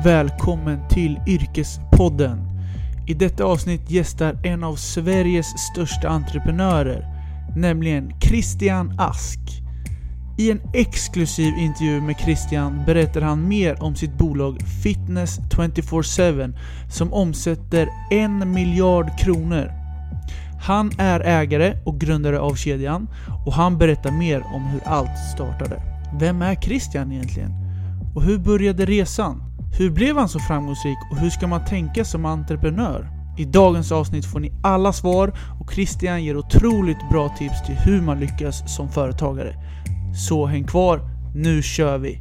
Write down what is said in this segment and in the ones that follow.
Välkommen till Yrkespodden. I detta avsnitt gästar en av Sveriges största entreprenörer, nämligen Christian Ask. I en exklusiv intervju med Christian berättar han mer om sitt bolag Fitness 24/7 som omsätter 1 miljard kronor. Han är ägare och grundare av kedjan och han berättar mer om hur allt startade. Vem är Christian egentligen? Och hur började resan? Hur blev han så framgångsrik och hur ska man tänka som entreprenör? I dagens avsnitt får ni alla svar och Christian ger otroligt bra tips till hur man lyckas som företagare. Så häng kvar, nu kör vi!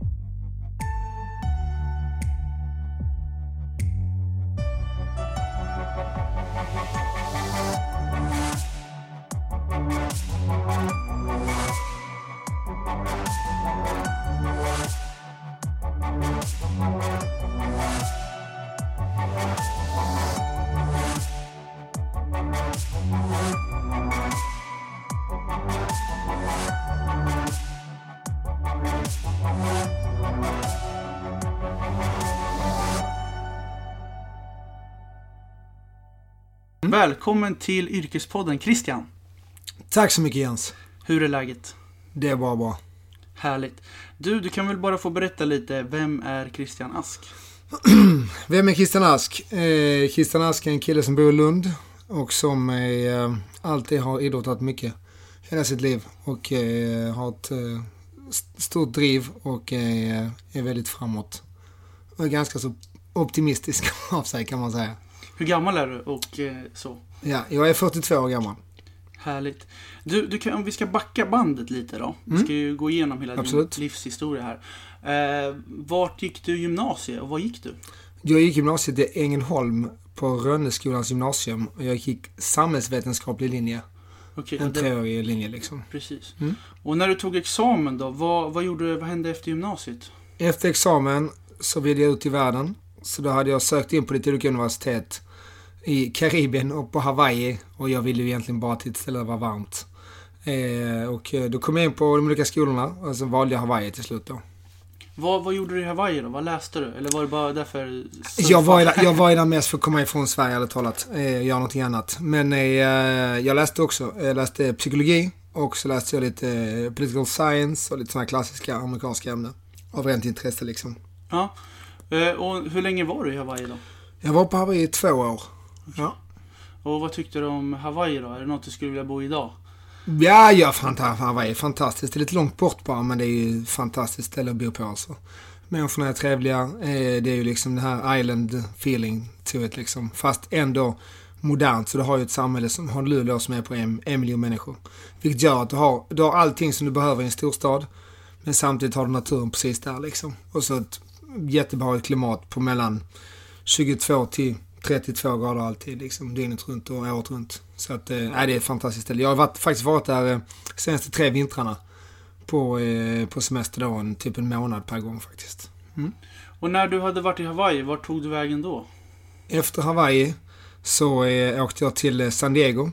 Välkommen till Yrkespodden, Christian. Tack så mycket, Jens. Hur är läget? Det är bara bra. Härligt. Du kan väl bara få berätta lite, vem är Christian Ask? Vem är Christian Ask? Christian Ask är en kille som bor i Lund och som alltid har idrottat mycket hela sitt liv och har ett stort driv och är väldigt framåt. Och är ganska så optimistisk av sig, kan man säga. Hur gammal är du och så? Ja, jag är 42 år gammal. Härligt. Du kan, om vi ska backa bandet lite då. Vi ska ju gå igenom hela din livshistoria här. Vart gick du gymnasiet och vad gick du? Jag gick gymnasiet i Ängelholm på Rönneskolans gymnasium och jag gick samhällsvetenskaplig linje. Okay, en 3-årig linje liksom. Precis. Och när du tog examen då, vad hände efter gymnasiet? Efter examen så ville jag ut i världen. Så då hade jag sökt in på lite olika universitet i Karibien och på Hawaii. Och jag ville ju egentligen bara till ett ställe där det var varmt. Och då kom jag in på de olika skolorna och så valde jag Hawaii till slut då. Vad gjorde du i Hawaii då? Vad läste du? Eller var det bara därför? Jag var ju där mest för att komma ifrån Sverige eller talat. Göra någonting annat. Men jag läste också. Jag läste psykologi och så läste jag lite political science och lite sådana klassiska amerikanska ämnen. Av rent intresse liksom. Ja. Och hur länge var du i Hawaii då? Jag var på Hawaii i 2 år. Ja. Och vad tyckte du om Hawaii då? Är det något du skulle vilja bo i idag? Ja, Hawaii är fantastiskt. Det är lite långt bort bara, men det är ju ett fantastiskt ställe att bo på alltså. Människorna är trevliga. Det är ju liksom den här island feeling to it liksom. Fast ändå modernt. Så du har ju ett samhälle som har Luleå som är på 1 miljon människor. Vilket gör att du har allting som du behöver i en storstad. Men samtidigt har du naturen precis där liksom. Och så ett jättebehagligt klimat på mellan 22 till 32 grader alltid liksom, dygnet runt och året runt. Så att det är ett fantastiskt ställe. Jag har faktiskt varit där senaste 3 vintrarna på semester då, typ en månad per gång faktiskt. Och när du hade varit i Hawaii, vart tog du vägen då? Efter Hawaii så åkte jag till San Diego.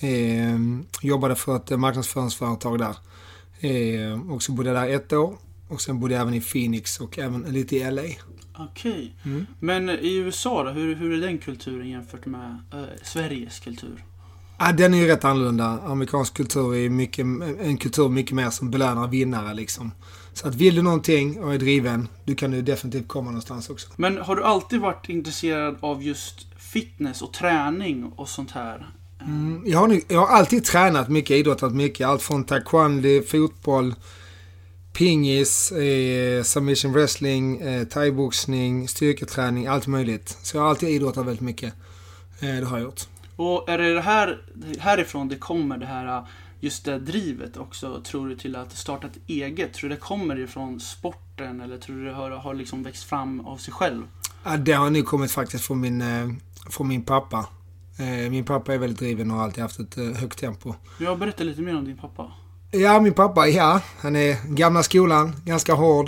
Jobbade för ett marknadsföringsföretag där. Och så bodde jag där 1 år. Och sen bodde jag även i Phoenix och även lite i LA. Okej. Men i USA då, hur är den kulturen jämfört med Sveriges kultur? Ja, den är ju rätt annorlunda. Amerikansk kultur är en kultur mycket mer som belönar vinnare liksom. Så att vill du någonting och är driven, du kan ju definitivt komma någonstans också. Men har du alltid varit intresserad av just fitness och träning och sånt här? Jag har alltid tränat mycket, idrottat mycket. Allt från taekwondo, fotboll, pingis, submission wrestling, thaiboxning, styrketräning, allt möjligt. Så jag har alltid idrottat väldigt mycket. Det har jag gjort. Och är det härifrån det kommer det här, just det drivet också, tror du, till att starta ett eget? Tror du det kommer ifrån sporten eller tror du det har liksom växt fram av sig själv? Ja, det har nu kommit faktiskt från min pappa. Min pappa är väldigt driven och har alltid haft ett högt tempo. Jag berättar lite mer om din pappa. Ja, min pappa, han är gamla skolan, ganska hård.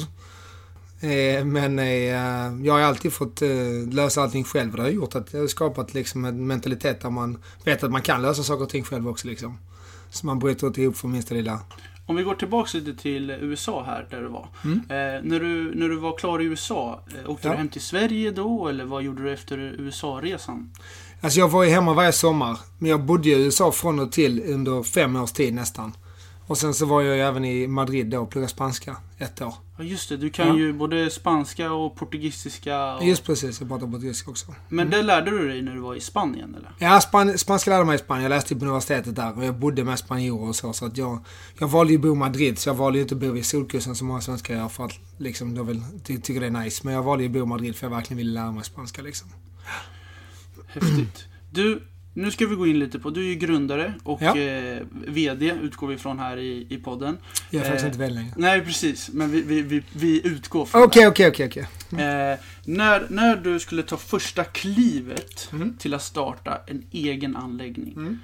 Men jag har alltid fått lösa allting själv. Och det har gjort att jag har skapat liksom en mentalitet där man vet att man kan lösa saker och ting själv också liksom. Så man bryter inte ihop för minsta lilla. Om vi går tillbaka lite till USA här där du var. När du var klar i USA, åkte du hem till Sverige då? Eller vad gjorde du efter USA-resan? Alltså jag var ju hemma varje sommar. Men jag bodde i USA från och till under 5 års tid nästan. Och sen så var jag även i Madrid då och pluggade spanska 1 år. Ja just det, du kan ju både spanska och portugisiska. Och... Just precis, jag pratar portugisiska också. Men det lärde du dig när du var i Spanien eller? Ja, spanska lärde mig i Spanien. Jag läste på universitetet där och jag bodde med spanjorer och så att jag valde ju att bo i Madrid, så jag valde ju inte att bo vid Solkusten som många svenskar gör för att liksom, de tycker det är nice. Men jag valde ju att bo i Madrid för jag verkligen ville lära mig spanska liksom. Häftigt. Du, nu ska vi gå in lite på, du är ju grundare och vd utgår vi från här i podden. Jag är faktiskt inte vd längre. Nej, precis. Men vi utgår från Okej. När du skulle ta första klivet till att starta en egen anläggning.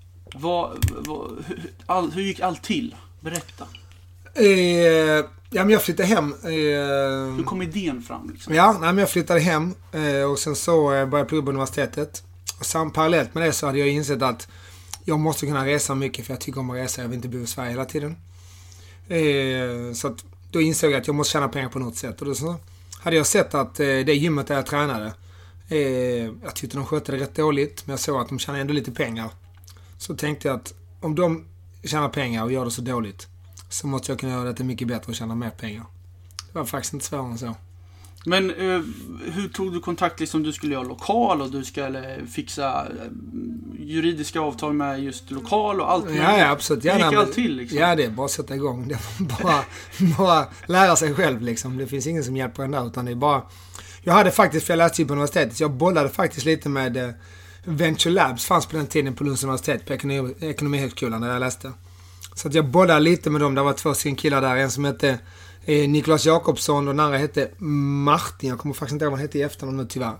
Hur gick allt till? Berätta. Men jag flyttade hem. Hur kom idén fram? Liksom? Men jag flyttade hem och sen så började jag plugga på universitetet. Och parallellt med det så hade jag insett att jag måste kunna resa mycket för jag tycker om att resa. Jag vill inte bo i Sverige hela tiden. Så att då insåg jag att jag måste tjäna pengar på något sätt. Och då så hade jag sett att det gymmet där jag tränade, jag tyckte de skötte det rätt dåligt, men jag såg att de tjänade ändå lite pengar. Så tänkte jag att om de tjänar pengar och gör det så dåligt så måste jag kunna göra det mycket bättre och tjäna mer pengar. Det var faktiskt inte svårare än så. Men hur tog du kontakt liksom du skulle göra lokal och du skulle fixa juridiska avtal med just lokal och allt? Ja, absolut. Hur gick allt till liksom? Ja, det är bara att sätta igång. Det är bara lära sig själv liksom. Det finns ingen som hjälper en där, utan det är bara... Jag hade faktiskt, för jag läste ju på universitetet, så jag bollade faktiskt lite med Venture Labs, fanns på den tiden på Lunds universitet, på ekonomihögskolan där jag läste. Så att jag bollade lite med dem. Det var 2 killar där, en som hette Niklas Jakobsson och den andra hette Martin. Jag kommer faktiskt inte ihåg vad han hette i efternamn nu tyvärr.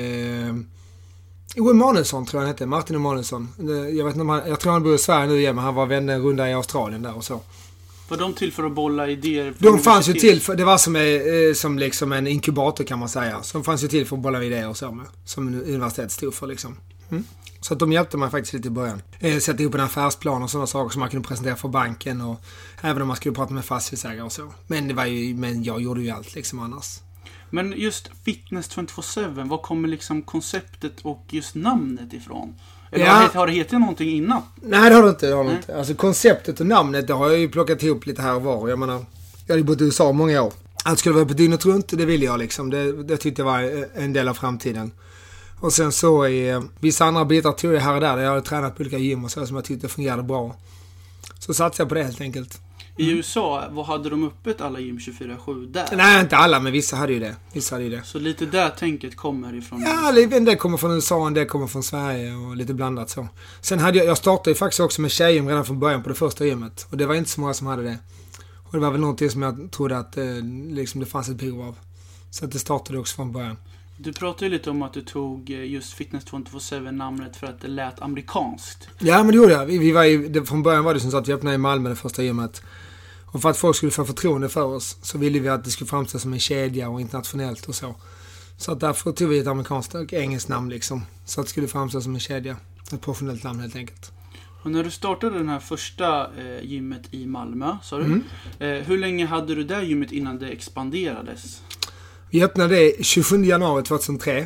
Emanuelsson tror jag han hette. Martin Emanuelsson. Jag tror han bor i Sverige nu igen, men han var vänner runda i Australien där och så. Var de till för att bolla idéer? De fanns ju till för, det var som liksom en inkubator kan man säga. Som fanns ju till för att bolla idéer och så med. Som universitet stod för liksom. Så att de hjälpte mig faktiskt lite i början. Sätta ihop en affärsplan och sådana saker som man kunde presentera för banken och även om man skulle prata med fastighetsägare och så. Men jag gjorde ju allt liksom annars. Men just Fitness 24/7, var kommer liksom konceptet och just namnet ifrån? Eller har det hetat någonting innan? Nej, det har det inte. Alltså konceptet och namnet, det har jag ju plockat ihop lite här och var. Jag menar, jag hade bott i USA många år. Allt skulle vara på dygnet runt, det ville jag liksom. Det tyckte jag var en del av framtiden. Och sen så vissa andra bitar tog jag här och där jag hade tränat på olika gym och så som jag tyckte fungerade bra. Så satsade jag på det helt enkelt. I USA, vad hade de öppet alla gym 24/7 där? Nej, inte alla, men vissa hade ju det. Så lite där tänket kommer ifrån? Ja, det kommer från USA och det kommer från Sverige och lite blandat så. Sen jag startade ju faktiskt också med tjejgym redan från början på det första gymmet. Och det var inte så många som hade det. Och det var väl någonting som jag trodde att liksom det fanns ett behov av. Så att det startade också från början. Du pratade ju lite om att du tog just Fitness 24/7 namnet för att det lät amerikanskt. Ja, men det gjorde jag. Från början var det som så att vi öppnade i Malmö det första gymmet. Och för att folk skulle få förtroende för oss så ville vi att det skulle framstå som en kedja och internationellt och så. Så att därför tog vi ett amerikanskt och engelskt namn liksom. Så att det skulle framstå som en kedja. Ett professionellt namn helt enkelt. Och när du startade den här första gymmet i Malmö, sa du? Hur länge hade du det gymmet innan det expanderades? Vi öppnade det 27 januari 2003.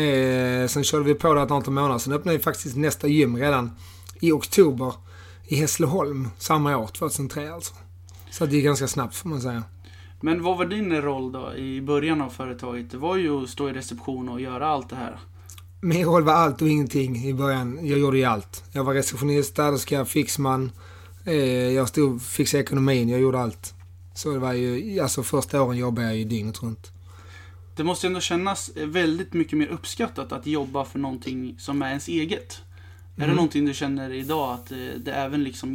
Sen körde vi på det ett antal månader. Sen öppnade vi faktiskt nästa gym redan i oktober i Hässleholm samma år, 2003 alltså. Så det gick ganska snabbt får man säga. Men vad var din roll då i början av företaget? Det var ju att stå i reception och göra allt det här. Min roll var allt och ingenting i början. Jag gjorde ju allt. Jag var receptionist, städerska, fixman. Jag fixade ekonomin, jag gjorde allt. Så det var ju, alltså första åren jobbade jag ju dygnet runt. Det måste ändå kännas väldigt mycket mer uppskattat att jobba för någonting som är ens eget. Är det någonting du känner idag att det även liksom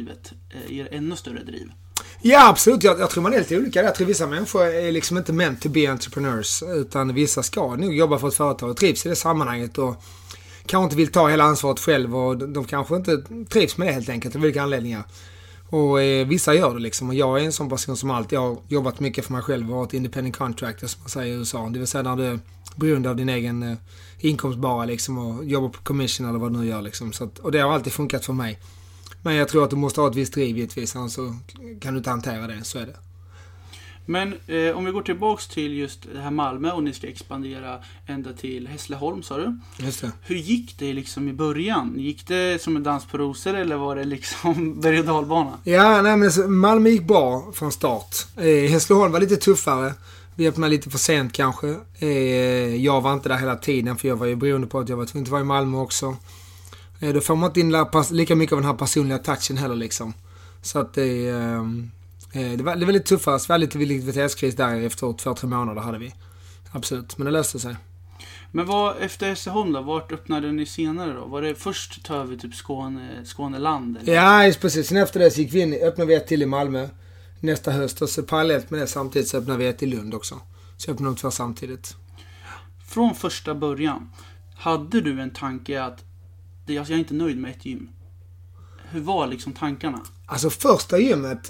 ger ännu större driv? Ja, absolut. Jag tror man är helt olika. Jag tror vissa människor är liksom inte meant to be entrepreneurs, utan vissa ska nog jobba för ett företag och trivs i det sammanhanget och kanske inte vill ta hela ansvaret själv och de kanske inte trivs med det helt enkelt av vilka anledningar. Och vissa gör det liksom. Och jag är en sån person som alltid har jobbat mycket för mig själv och varit independent contractor som man säger i USA. Det vill säga när du är beroende av din egen inkomst bara liksom och jobbar på commission eller vad du nu gör liksom. Så att, och det har alltid funkat för mig. Men jag tror att du måste ha ett visst driv givetvis, annars så kan du inte hantera det, så är det. Men om vi går tillbaks till just det här Malmö och ni ska expandera ända till Hässleholm, sa du? Just det. Hur gick det liksom i början? Gick det som en dans på rosor eller var det liksom berg- och dalbana? Ja, nej, men Malmö gick bra från start. Hässleholm var lite tuffare. Vi öppnade lite för sent kanske. Jag var inte där hela tiden, för jag var ju beroende på att jag var tvungen att vara i Malmö också. Då får man inte in lika mycket av den här personliga touchen heller liksom. Så att det var lite tuffare. Så vi hade lite likviditetskris där efter 2-3 månader hade vi. Absolut, men det löste sig. Men vad efter Hässleholm då? Vart öppnade ni senare då? Var det först ta över typ Skåneland? Eller? Ja, precis. Sen efter det så öppnade vi ett till i Malmö nästa höst. Och så parallellt med det samtidigt så öppnade vi ett i Lund också. Så öppnade de 2 samtidigt. Från första början, hade du en tanke att jag är inte nöjd med ett gym? Hur var liksom tankarna? Alltså första gymmet,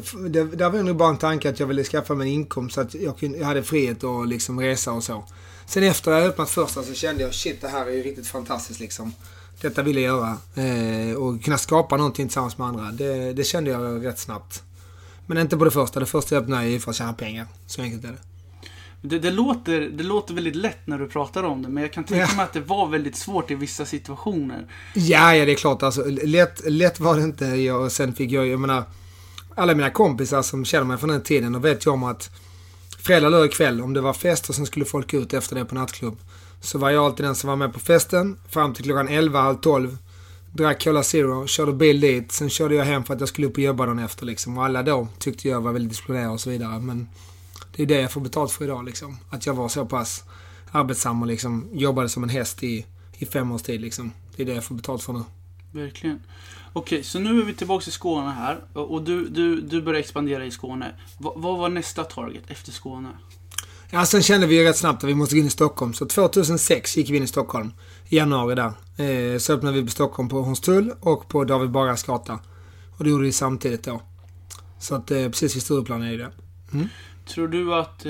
där var nog bara en tanke att jag ville skaffa mig en inkomst så att jag hade frihet och liksom resa och så. Sen efter jag öppnat första så kände jag, shit, det här är ju riktigt fantastiskt liksom. Detta ville jag göra. Och kunna skapa någonting tillsammans med andra. Det kände jag rätt snabbt. Men inte på det första. Det första jag öppnade är för att tjäna pengar. Så enkelt är det. Det låter väldigt lätt när du pratar om det, men jag kan tänka mig att det var väldigt svårt i vissa situationer. Ja, det är klart. Alltså, lätt var det inte. Och sen fick jag menar, alla mina kompisar som känner mig från den tiden, och vet jag om att fredag, lördag kväll, om det var fest och sen skulle folk ut efter det på nattklubb, så var jag alltid den som var med på festen fram till klockan 11:30. Drack Cola Zero, körde bil dit, sen körde jag hem för att jag skulle upp och jobba dagen efter liksom. Och alla då tyckte jag var väldigt disciplinerad och så vidare, men det är det jag får betalt för idag liksom. Att jag var så pass arbetsam och liksom jobbade som en häst i 5 års tid liksom. Det är det jag får betalt för nu. Verkligen. Okej, så nu är vi tillbaka i Skåne här. Och du börjar expandera i Skåne. Vad var nästa target efter Skåne? Ja, sen kände vi ju rätt snabbt att vi måste gå in i Stockholm. Så 2006 gick vi in i Stockholm. I januari där. Så öppnade vi på Stockholm på Hornstull och på David Bagares gata. Och det gjorde vi samtidigt då. Så att precis vid Stureplan är det. Mm. Tror du att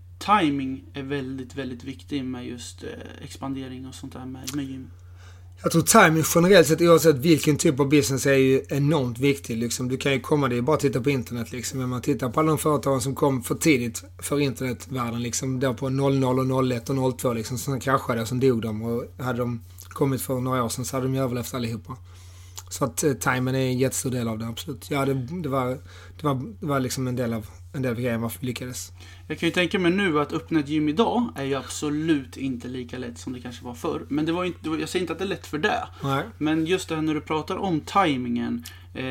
timing är väldigt, väldigt viktig med just expandering och sånt där med gym? Jag tror timing generellt sett, oavsett vilken typ av business, är ju enormt viktig. Liksom. Du kan ju komma dit, bara titta på internet. Liksom. Men man tittar på alla de företag som kom för tidigt för internetvärlden. Liksom, där på 00 och 01 och 02. Liksom, som kraschade och som dog de. Och hade de kommit för några år sedan så hade de ju överlevt allihopa. Så att timing är en jättestor del av det, absolut. Ja, det var liksom en del av grejen varför vi lyckades. Jag kan ju tänka mig nu att öppna ett gym idag är ju absolut inte lika lätt som det kanske var förr. Men det var inte, jag säger inte att det är lätt för det. Nej. Men just det här när du pratar om timingen,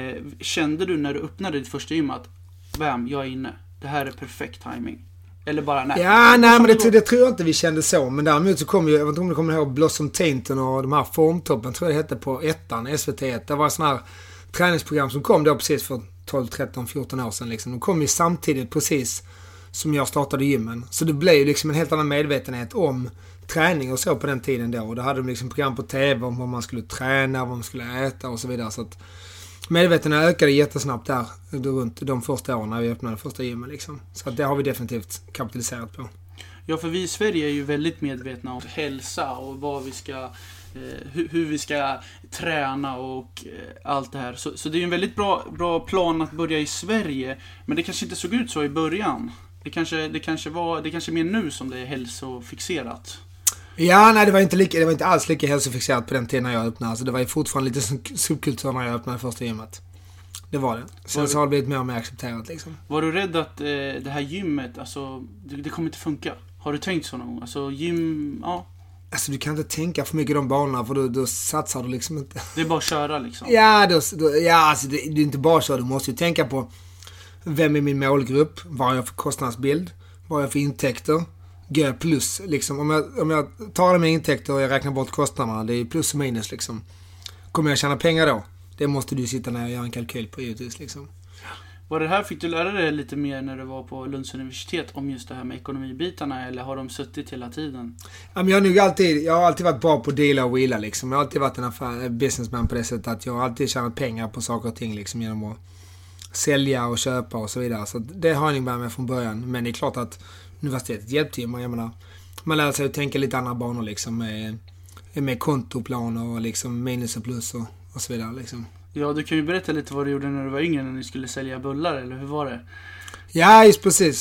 kände du när du öppnade ditt första gym att bam, jag är inne. Det här är perfekt timing. Eller bara nej. Ja, nej, men det tror jag inte vi kände så. Men däremot så kom ju, jag vet inte om du kommer ihåg Blossom Tainton och de här formtoppen, tror jag det hette på ettan, SVT1. Det var sådana här träningsprogram som kom då precis för 12, 13, 14 år sedan liksom. De kom ju samtidigt precis som jag startade gymmen. Så det blev ju liksom en helt annan medvetenhet om träning och så på den tiden då. Och då hade de liksom program på tv om vad man skulle träna, vad man skulle äta och så vidare. Så att medvetenheten ökade jättesnabbt där runt de första åren när vi öppnade första gymmen liksom. Så att det har vi definitivt kapitaliserat på. Ja, för vi i Sverige är ju väldigt medvetna om hälsa och vad vi ska, hur vi ska träna och allt det här. Så det är ju en väldigt bra plan att börja i Sverige. Men det kanske inte såg ut så i början. Det kanske är mer nu som det är hälsofixerat. Ja, nej, det var inte alls lika hälsofixerat på den tiden när jag öppnade. Alltså, det var ju fortfarande lite subkultur när jag öppnade första gymmet. Det var det. Sen så har det blivit mer och mer accepterat liksom. Var du rädd att det här gymmet, alltså, det kommer inte funka? Har du tänkt så någon gång? Alltså gym, ja. Alltså du kan inte tänka för mycket i de banorna, för då satsar du liksom inte. Det är bara att köra liksom. Ja, alltså det är inte bara så. Du måste ju tänka på vem är min målgrupp, vad har jag för kostnadsbild, vad har jag för intäkter, går plus liksom. Om jag tar det med intäkter och jag räknar bort kostnaderna, det är plus och minus liksom. Kommer jag tjäna pengar då? Det måste du sitta ner och göra en kalkyl på givetvis liksom. Var det här, fick du lära dig lite mer när du var på Lunds universitet om just det här med ekonomibitarna, eller har de suttit hela tiden? Ja, men jag har alltid varit bra på att deala och wheela liksom. Jag har alltid varit en businessman på det sättet att jag har alltid tjänat pengar på saker och ting liksom, genom att sälja och köpa och så vidare. Så det har jag nog med från början. Men det är klart att universitetet hjälpte ju. Man lär sig att tänka lite andra banor liksom, med kontoplaner och liksom minus och plus och så vidare liksom. Ja, du kan ju berätta lite vad du gjorde när du var yngre, när ni skulle sälja bullar, eller hur var det? Ja, just precis.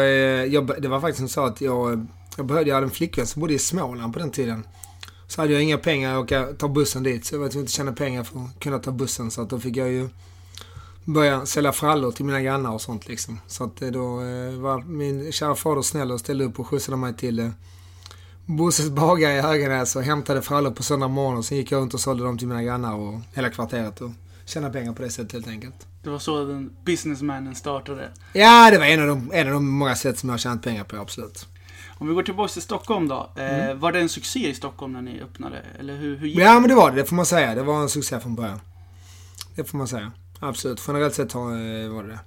Det var faktiskt så att jag hade en flickvän som bodde i Småland på den tiden. Så hade jag inga pengar att ta bussen dit. Så jag var tvungen att tjäna pengar för att kunna ta bussen. Så att då fick jag ju börja sälja frallor till mina grannar och sånt liksom. Så att då var min kära fader snäll och ställde upp och skjutsade mig till Bosses bagare i Höganäs och hämtade frallor på söndag morgon. Och sen gick jag runt och sålde dem till mina grannar och hela kvarteret och tjänade pengar på det sättet helt enkelt. Det var så den businessmannen startade. Ja, det var en av de många sätt som jag har tjänat pengar på, absolut. Om vi går tillbaka till Stockholm då. Var det en succé i Stockholm när ni öppnade? Eller hur gick Ja, men det var det får man säga. Det var en succé från början. Det får man säga. Absolut. Generellt sett var det.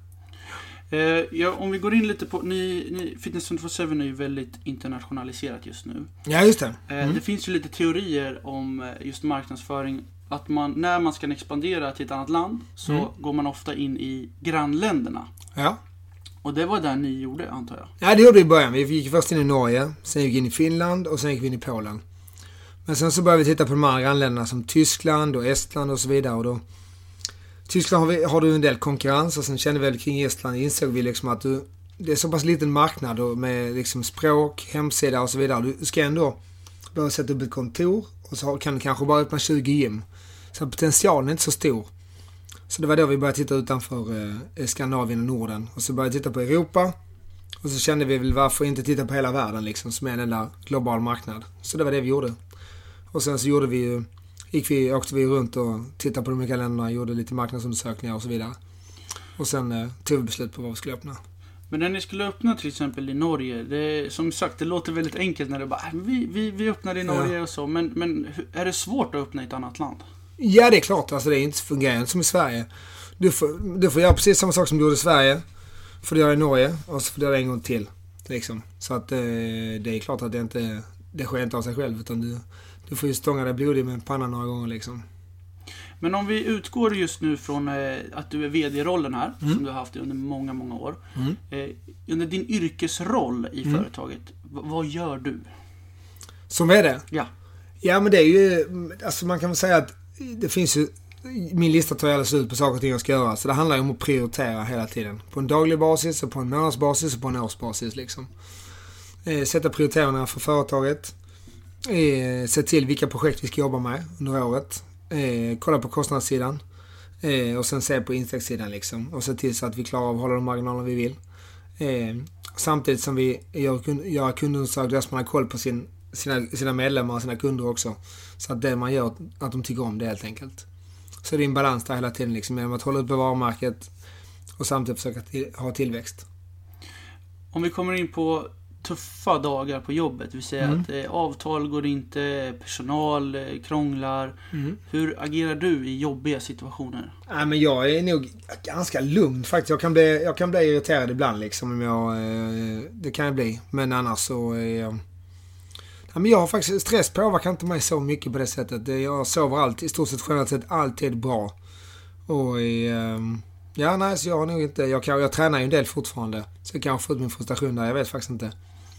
Ja, om vi går in lite på... Fitness 24/7 är ju väldigt internationaliserat just nu. Ja, just det. Det finns ju lite teorier om just marknadsföring. Att när man ska expandera till ett annat land så går man ofta in i grannländerna. Ja. Och det var där ni gjorde, antar jag. Ja, det gjorde vi i början. Vi gick först in i Norge, sen gick vi in i Finland och sen gick vi in i Polen. Men sen så började vi titta på de här grannländerna som Tyskland och Estland och så vidare. Och då, Tyskland har du en del konkurrens och sen kände vi väl kring Estland insåg vi liksom att det är så pass liten marknad och med liksom språk, hemsida och så vidare. Du ska ändå börja sätta upp ett kontor och så kan du kanske bara öppna 20 gym. Så potentialen är inte så stor. Så det var då vi började titta utanför Skandinavien och Norden. Och så började vi titta på Europa. Och så kände vi väl varför inte titta på hela världen liksom, som är en enda global marknad. Så det var det vi gjorde. Och sen så åkte vi runt och tittade på de olika länderna, gjorde lite marknadsundersökningar och så vidare. Och sen tog vi beslut på vad vi skulle öppna. Men när ni skulle öppna till exempel i Norge, som sagt, det låter väldigt enkelt när det bara, vi öppnade i Norge och så. Men är det svårt att öppna i ett annat land? Ja, det är klart. Alltså det är inte fungerande som i Sverige. Du får göra precis samma sak som du gjorde i Sverige. Får du göra i Norge och så får du göra en gång till. Liksom. Så att det är klart att det sker inte av sig själv. Utan du får ju stånga dig blodig med pannan några gånger liksom. Men om vi utgår just nu från att du är vd-rollen här, som du har haft under många, många år. Under din yrkesroll i företaget, vad gör du? Som vd? Ja. Ja, men det är ju, alltså man kan väl säga att det finns ju, min lista tar alldeles ut på saker och ting jag ska göra. Så det handlar ju om att prioritera hela tiden. På en daglig basis, och på en månadsbasis och på en årsbasis liksom. Sätta prioriteringarna för företaget. Se till vilka projekt vi ska jobba med under året. Kolla på kostnadssidan. Och sen se på intäktssidan liksom. Och se till så att vi klarar av att hålla de marginaler vi vill. Samtidigt som vi gör kundundersökningar så man har koll på sina medlemmar och sina kunder också. Så att det man gör, att de tycker om det helt enkelt. Så det är en balans där hela tiden liksom, genom att hålla upp varumärket och samtidigt försöka ha tillväxt. Om vi kommer in på tuffa dagar på jobbet, det vill säga att avtal går inte, personal krånglar. Hur agerar du i jobbiga situationer? Ja, men jag är nog ganska lugn faktiskt. Jag kan bli irriterad ibland liksom, det kan jag bli. Men annars så men jag har faktiskt stress påverkar inte mig så mycket på det sättet. Jag sover alltid, i stort sett generellt sett alltid bra. Och så jag har nog inte, jag tränar ju en del fortfarande. Så jag kan ha fått min frustration där, jag vet faktiskt inte.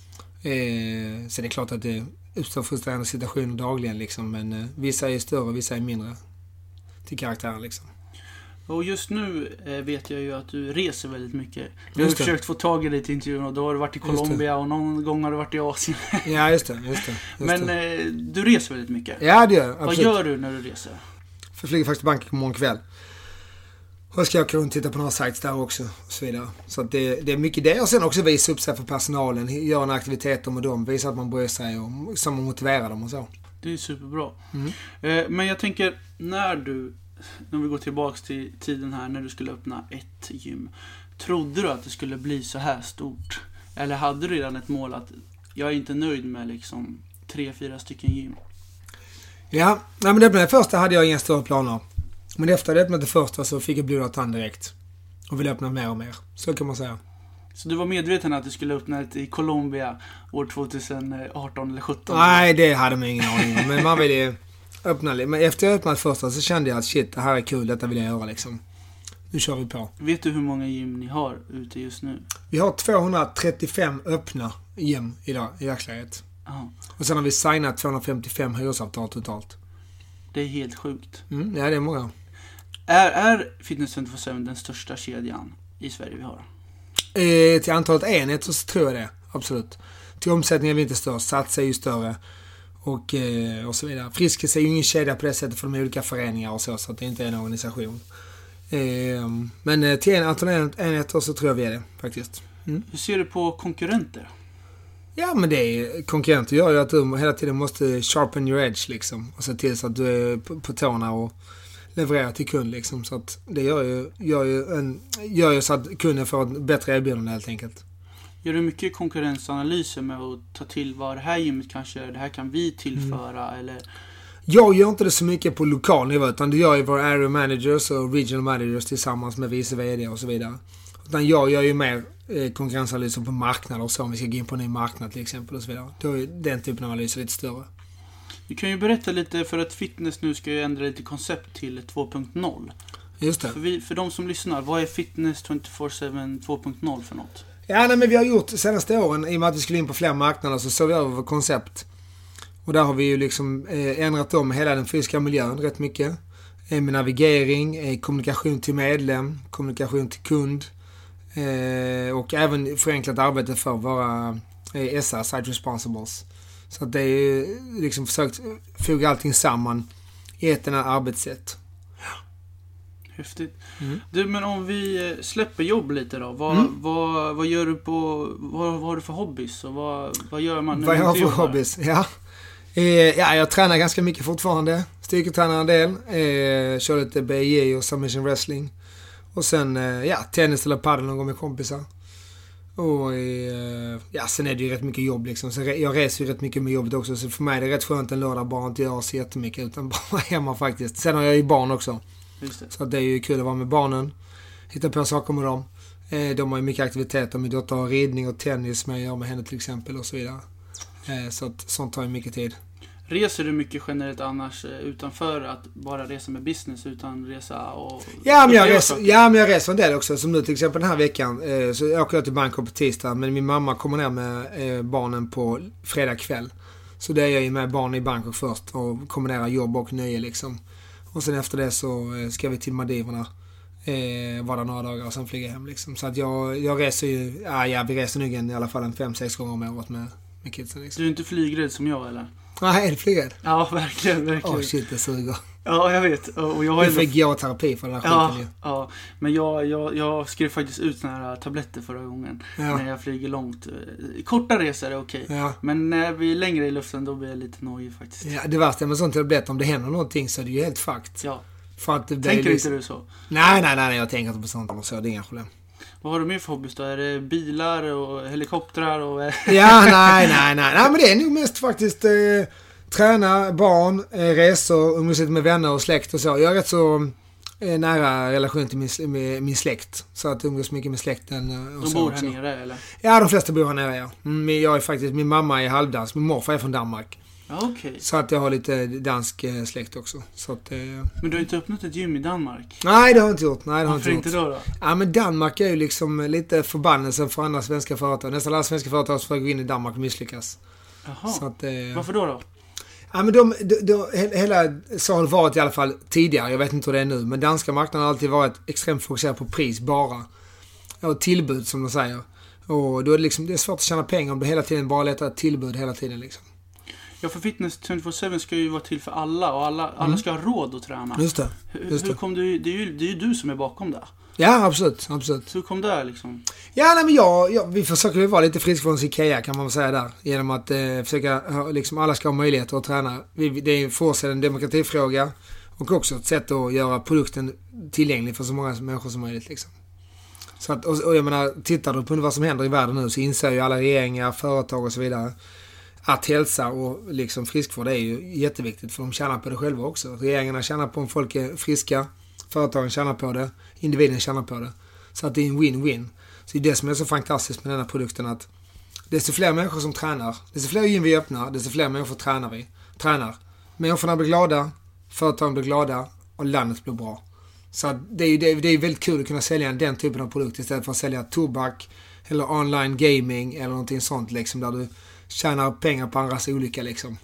Så det är klart att det uppstår frustrerande situationer dagligen liksom, men vissa är större, vissa är mindre till karaktären liksom. Och just nu vet jag ju att du reser väldigt mycket. Du har försökt få tag i dig till intervjun och då har du varit i Colombia och någon gång har du varit i Asien. Ja, just det. Men du reser väldigt mycket. Ja, det gör jag. Vad gör du när du reser? Jag flyger faktiskt till Bangkok imorgon kväll. Och ska jag kunna titta på några sites där också och så vidare. Så att det är mycket det. Och sen också visa upp sig för personalen. Göra en aktivitet med dem. Visa att man bryr sig och som motivera dem och så. Det är superbra. Men jag tänker, när vi går tillbaka till tiden här när du skulle öppna ett gym. Trodde du att det skulle bli så här stort? Eller hade du redan ett mål att jag är inte nöjd med liksom 3-4 stycken gym? Ja, men det första hade jag inga större planer. Men efter att jag öppnade det första så fick jag blodad tand direkt. Och ville öppna mer och mer. Så kan man säga. Så du var medveten att du skulle öppna ett i Colombia år 2018 eller 17? Nej, det hade man ingen aning om. Men man ville öppna. Men efter jag öppnade första så kände jag att shit, det här är kul, detta vill jag göra liksom. Nu kör vi på. Vet du hur många gym ni har ute just nu? Vi har 235 öppna gym idag i dagsläget. Och sen har vi signat 255 hyresavtal totalt. Det är helt sjukt. Ja, det är många. Är Fitness 24/7 den största kedjan i Sverige vi har? Till antalet enheter så tror jag det, absolut. Till omsättningen är vi inte störst, Sats är ju större och så vidare. Friskis är ju ingen kedja på det sättet för de olika föreningar och så att det inte är en organisation. Men till antalet enheter så tror jag vi är det faktiskt. Hur ser du på konkurrenter? Ja, men det är konkurrenter gör ju att du hela tiden måste sharpen your edge liksom och se till så att du är på tårna och levererar till kund liksom, så att det gör ju så att kunden får ett bättre erbjudande helt enkelt. Gör du mycket konkurrensanalyser med att ta till vad det här gymmet kanske, det här kan vi tillföra eller? Jag gör inte det så mycket på lokal nivå, utan det gör ju våra area managers och regional managers tillsammans med vice vd och så vidare. Utan jag gör ju mer konkurrensanalyser på marknader och så, om vi ska gå in på en ny marknad till exempel och så vidare. Då är den typen av analyser lite större. Du kan ju berätta lite, för att fitness nu ska ju ändra lite koncept till 2.0. Just det. För de som lyssnar, vad är Fitness 24/7 2.0 för något? Ja, nej, men vi har gjort senaste åren, i och med att vi skulle in på fler marknader, så såg vi över koncept. Och där har vi ju liksom ändrat om hela den fysiska miljön rätt mycket. Med navigering, kommunikation till medlem, kommunikation till kund. Och även förenklat arbete för våra SA, Site Responsibles. Så att det är liksom försökt foga allting samman i ett enda arbetssätt. Häftigt. Du, men om vi släpper jobb lite då. Vad gör du på, vad har du för hobbys? Och vad gör man när vad man jag inte har för jobbar? hobbys? Ja, jag tränar ganska mycket fortfarande. Styrketränar en del. Kör lite BJ och submission wrestling. Och sen, tennis eller padel någon gång med kompisar. Och sen är det ju rätt mycket jobb liksom. Så jag reser ju rätt mycket med jobbet också. Så för mig är det rätt skönt en lördag bara inte göra så jättemycket utan bara hemma faktiskt. Sen har jag ju barn också. Just det. Så det är ju kul att vara med barnen. Hitta på saker med dem. De har ju mycket aktiviteter. Min dotter har ridning och tennis som jag gör med henne till exempel och så vidare. Så att sånt tar ju mycket tid. Reser du mycket generellt annars utanför att bara resa med business utan resa och... Ja, men jag reser en del också. Som nu till exempel den här veckan så åker jag till Bangkok på tisdag. Men min mamma kommer ner med barnen på fredag kväll. Så det är jag ju med barnen i Bangkok först och kombinerar jobb och nöje liksom. Och sen efter det så ska vi till Maldiverna vara några dagar och sen flyga hem liksom. Så att jag reser ju, vi reser nog i alla fall 5-6 gånger om året med kidsen liksom. Du är inte flygrädd som jag eller? Nej, är det flygrädd? Ja, verkligen. Shit, det suger. Ja, jag vet. Och jag har du fick terapi för den här skiten ju. Ja, men jag skrev faktiskt ut såna här tabletter förra gången när jag flyger långt. Korta resor är okej. Ja. Men när vi är längre i luften då blir jag lite nojig faktiskt. Ja, det värsta med sånt tablett, om det händer någonting så är det ju helt fucked. Ja. För att det tänker inte du så? Nej, jag tänker inte på sånt så det är inga problem. Vad har du mer för hobbys då? Är det bilar och helikoptrar och... nej, men det är nog mest faktiskt träna, barn, resor, umgås med vänner och släkt och så. Jag har rätt så nära relation till min släkt. Så att umgås mycket med släkten. Och de så bor också. här nere eller? Ja, de flesta bor här nere, ja. Jag är faktiskt, min mamma är halvdans, min morfar är från Danmark. Okay. Så att jag har lite dansk släkt också. Så att, men du har inte öppnat ett gym i Danmark? Nej, det har jag inte gjort. Varför inte då? Ja, men Danmark är ju liksom lite förbannelsen för andra svenska företag. Nästan alla svenska företag som får gå in i Danmark och misslyckas. Jaha. Så att, varför då? Ja, men hela så har det varit i alla fall tidigare. Jag vet inte hur det är nu. Men danska marknaden har alltid varit extremt fokuserad på pris bara. Och tillbud som de säger. Och då är det, liksom, det är svårt att tjäna pengar om du hela tiden bara letar ett tillbud hela tiden liksom. Ja, för Fitness 24/7 ska ju vara till för alla och alla ska ha råd att träna. Just det. Hur kom du, det är ju du som är bakom det. Ja, absolut. Så hur kom det liksom? Ja, nej, men vi försöker ju vara lite friskvårdens Ikea kan man väl säga där. Genom att försöka, liksom alla ska ha möjligheter att träna. Det är för oss en demokratifråga och också ett sätt att göra produkten tillgänglig för så många människor som möjligt liksom. Så att, och jag menar, tittar du på vad som händer i världen nu så inser ju alla regeringar, företag och så vidare att hälsa och liksom friskvård är ju jätteviktigt för de tjänar på det själva också. Regeringarna tjänar på om folk är friska, företagen tjänar på det, individen tjänar på det. Så att det är en win-win. Så det är det som är så fantastiskt med den här produkten att desto fler människor som tränar, desto fler gym vi öppnar, desto fler människor tränar. Människorna blir glada, företagen blir glada och landet blir bra. Så att det är väldigt kul att kunna sälja den typen av produkt istället för att sälja tobak eller online gaming eller någonting sånt liksom där du tjänar pengar på andras olika liksom.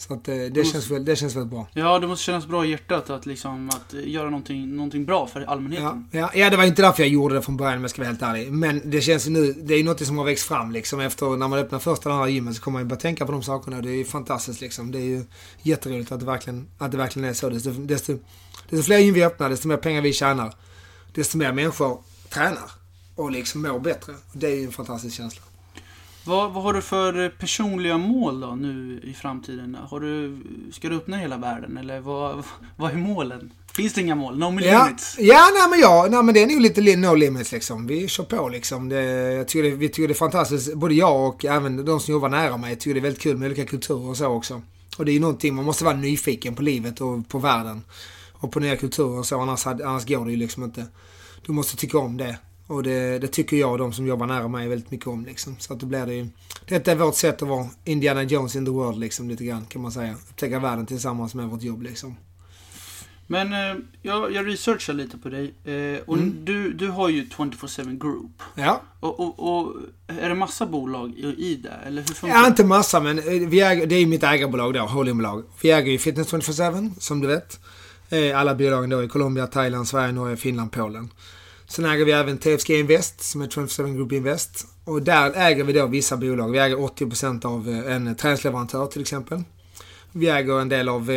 Så att det känns väldigt bra. Ja, det måste kännas bra i hjärtat att göra någonting bra för allmänheten. Ja, det var inte därför jag gjorde det från början, om jag ska vara helt ärlig. Men det känns ju nu, det är ju något som har växt fram liksom. Efter när man öppnar första den här gymmen så kommer man ju bara tänka på de sakerna. Det är ju fantastiskt liksom. Det är ju jätteroligt att det verkligen är så. Desto fler gym vi öppnar, desto mer pengar vi tjänar, desto mer människor tränar och liksom mår bättre. Det är ju en fantastisk känsla. Vad har du för personliga mål då nu i framtiden? Ska du öppna hela världen eller vad är målen? Finns det inga mål? No limits? Nej men det är nog lite no limits liksom. Vi kör på liksom. Vi tycker det är fantastiskt. Både jag och även de som jobbar nära mig tycker det är väldigt kul med olika kulturer och så också. Och det är ju någonting, man måste vara nyfiken på livet och på världen. Och på nya kulturer och så, annars går det ju liksom inte. Du måste tycka om det. Och det tycker jag och de som jobbar nära mig väldigt mycket om liksom. Så att då blir det ju... Detta är vårt sätt att vara Indiana Jones in the world liksom, lite grann kan man säga. Upptäcka världen tillsammans med vårt jobb liksom. Men jag researchar lite på dig. Och du har ju 24/7 Group. Ja. Och är det massa bolag i det? Eller hur funkar det? Ja, inte massa, men det är ju mitt ägarbolag då, holdingbolag. Vi äger ju Fitness 24/7, som du vet. Alla bolagen då i Colombia, Thailand, Sverige, Norge, Finland, Polen. Sen äger vi även TFG Invest som är 24/7 Group Invest. Och där äger vi då vissa bolag. Vi äger 80% av en träningsleverantör till exempel. Vi äger en del av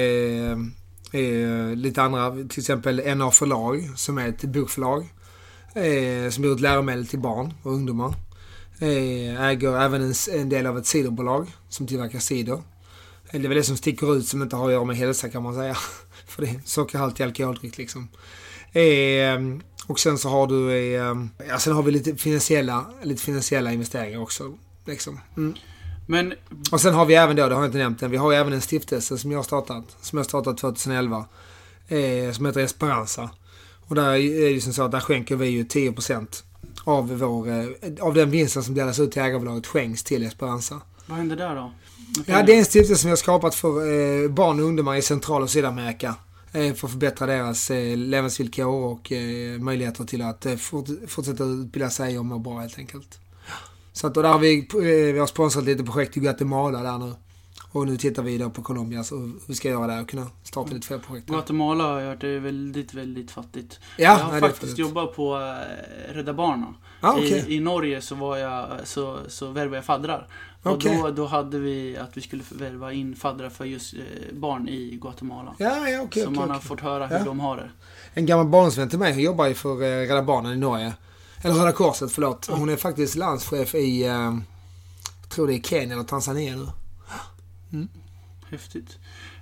lite andra, till exempel NA Förlag som är ett bokförlag. Som ger ut läromedel till barn och ungdomar. Äger även en del av ett ciderbolag som tillverkar cider. Det är väl det som sticker ut som inte har att göra med hälsa kan man säga. För det är sockerhaltig alkoholdryck liksom. Och sen så har du sen har vi lite finansiella investeringar också liksom. Men och sen har vi även då, det har jag inte nämnt än, vi har även en stiftelse som jag startat 2011 som heter Esperanza. Och där är det som så att där skänker vi ju 10% av den vinsten som delas ut till ägarbolaget skänks till Esperanza. Vad händer där då? Ja, det är en stiftelse som vi har skapat för barn och ungdomar i Central- och Sydamerika. För att förbättra deras levnadsvillkor och möjligheter till att fortsätta utbilda sig och må bra helt enkelt. Så att, och där har vi har sponsrat lite projekt i Guatemala där nu. Och nu tittar vi då på Colombia så hur vi ska göra där och kunna starta lite fler projekt. Guatemala har jag hört är väldigt, väldigt fattigt. Ja, jag har faktiskt jobbat på Rädda Barnen. Okay. I Norge så var jag så värvade jag faddrar. Okay. Och då hade vi att vi skulle värva in faddrar för just barn i Guatemala. Ja, okay, så man har fått höra hur de har det. En gammal barnsvän till mig jobbar ju för Rädda Barnen i Norge. Eller Röda Korset, förlåt. Hon är faktiskt landschef i tror det är Kenya eller Tanzania nu. Häftigt.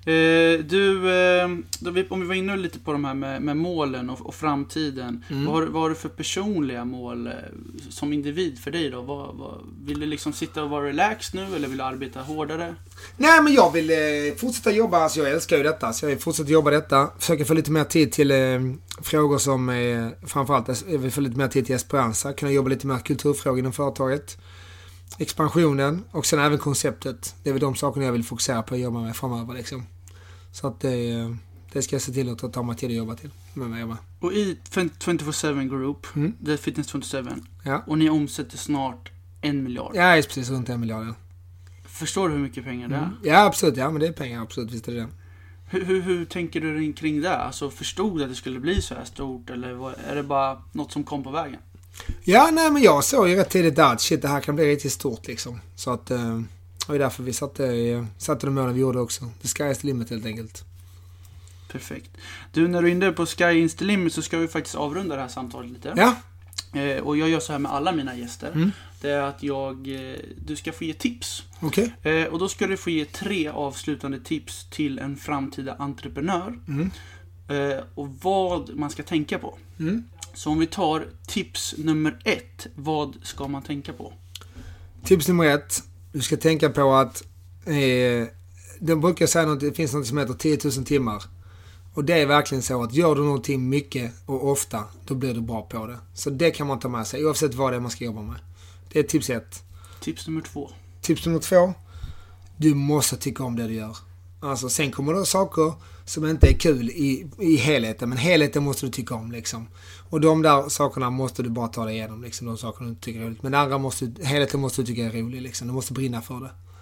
Om vi var inne lite på de här med målen och framtiden. Vad har du för personliga mål som individ för dig då? Vill du liksom sitta och vara relaxed nu eller vill du arbeta hårdare? Nej, men jag vill fortsätta jobba. Alltså jag älskar ju detta. Så jag vill fortsätta jobba detta. Försöka få lite mer tid till frågor som framförallt jag vill få lite mer tid till Esperanza. Kunna jobba lite mer kulturfrågor inom företaget. Expansionen och sen även konceptet. Det är väl de sakerna jag vill fokusera på att jobba med framöver liksom. Så att det ska jag se till att ta mig tid att jobba till med mig. Och i 24/7 Group, det är Fitness 27, ja. Och ni omsätter snart 1 miljard. Ja, det är precis runt 1 miljard. Ja. Förstår du hur mycket pengar det är? Ja, absolut. Ja, men det är pengar, absolut. Visst är det. Hur tänker du kring det? Alltså, förstod du att det skulle bli så här stort eller är det bara något som kom på vägen? Ja, nej, men jag såg ju rätt tidigt att shit, det här kan bli riktigt stort liksom. Så att, och därför vi satte de målen vi gjorde också. The sky is the limit helt enkelt. Perfekt. Du, när du är inne på sky is the limit så ska vi faktiskt avrunda det här samtalet lite. Ja. Och jag gör så här med alla mina gäster. Det är att du ska få ge tips. Okej. Och då ska du få ge 3 avslutande tips till en framtida entreprenör. Och vad man ska tänka på. Så om vi tar tips nummer 1, vad ska man tänka på? Tips nummer 1, du ska tänka på att de brukar säga att det finns något som heter 10 000 timmar. Och det är verkligen så att gör du någonting mycket och ofta, då blir du bra på det. Så det kan man ta med sig, oavsett vad det är man ska jobba med. Det är tips 1. Tips nummer 2. Tips nummer 2, du måste tycka om det du gör. Alltså, sen kommer det saker som inte är kul i helheten. Men helheten måste du tycka om liksom. Och de där sakerna måste du bara ta dig igenom liksom. De sakerna du tycker är roligt. Men det andra helheten måste du tycka är rolig liksom. Du måste brinna för det.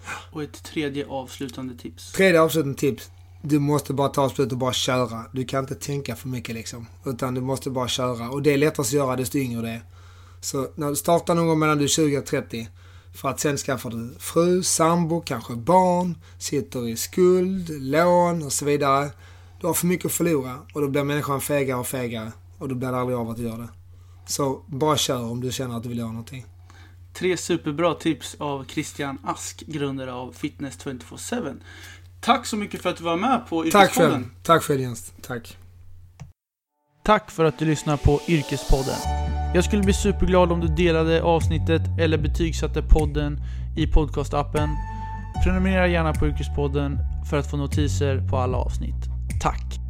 Och ett tredje avslutande tips. Du måste bara ta beslut och bara köra. Du kan inte tänka för mycket liksom. Utan du måste bara köra. Och det är lättast att göra desto yngre det är. Så när du startar någon gång mellan du är 20 och 30. För att sen skaffa du fru, sambo, kanske barn. Sitter i skuld, lån och så vidare. Du har för mycket att förlora. Och då blir människan fegare och fegare. Och då blir det aldrig av att göra det. Så bara kör om du känner att du vill göra någonting. 3 superbra tips av Christian Ask, grundare av Fitness 24/7. Tack så mycket för att du var med på Yrkespodden. Tack för det, Jens. Tack. Tack för att du lyssnar på Yrkespodden. Jag skulle bli superglad om du delade avsnittet eller betygsatte podden i podcastappen. Prenumerera gärna på Yrkespodden för att få notiser på alla avsnitt. Tack!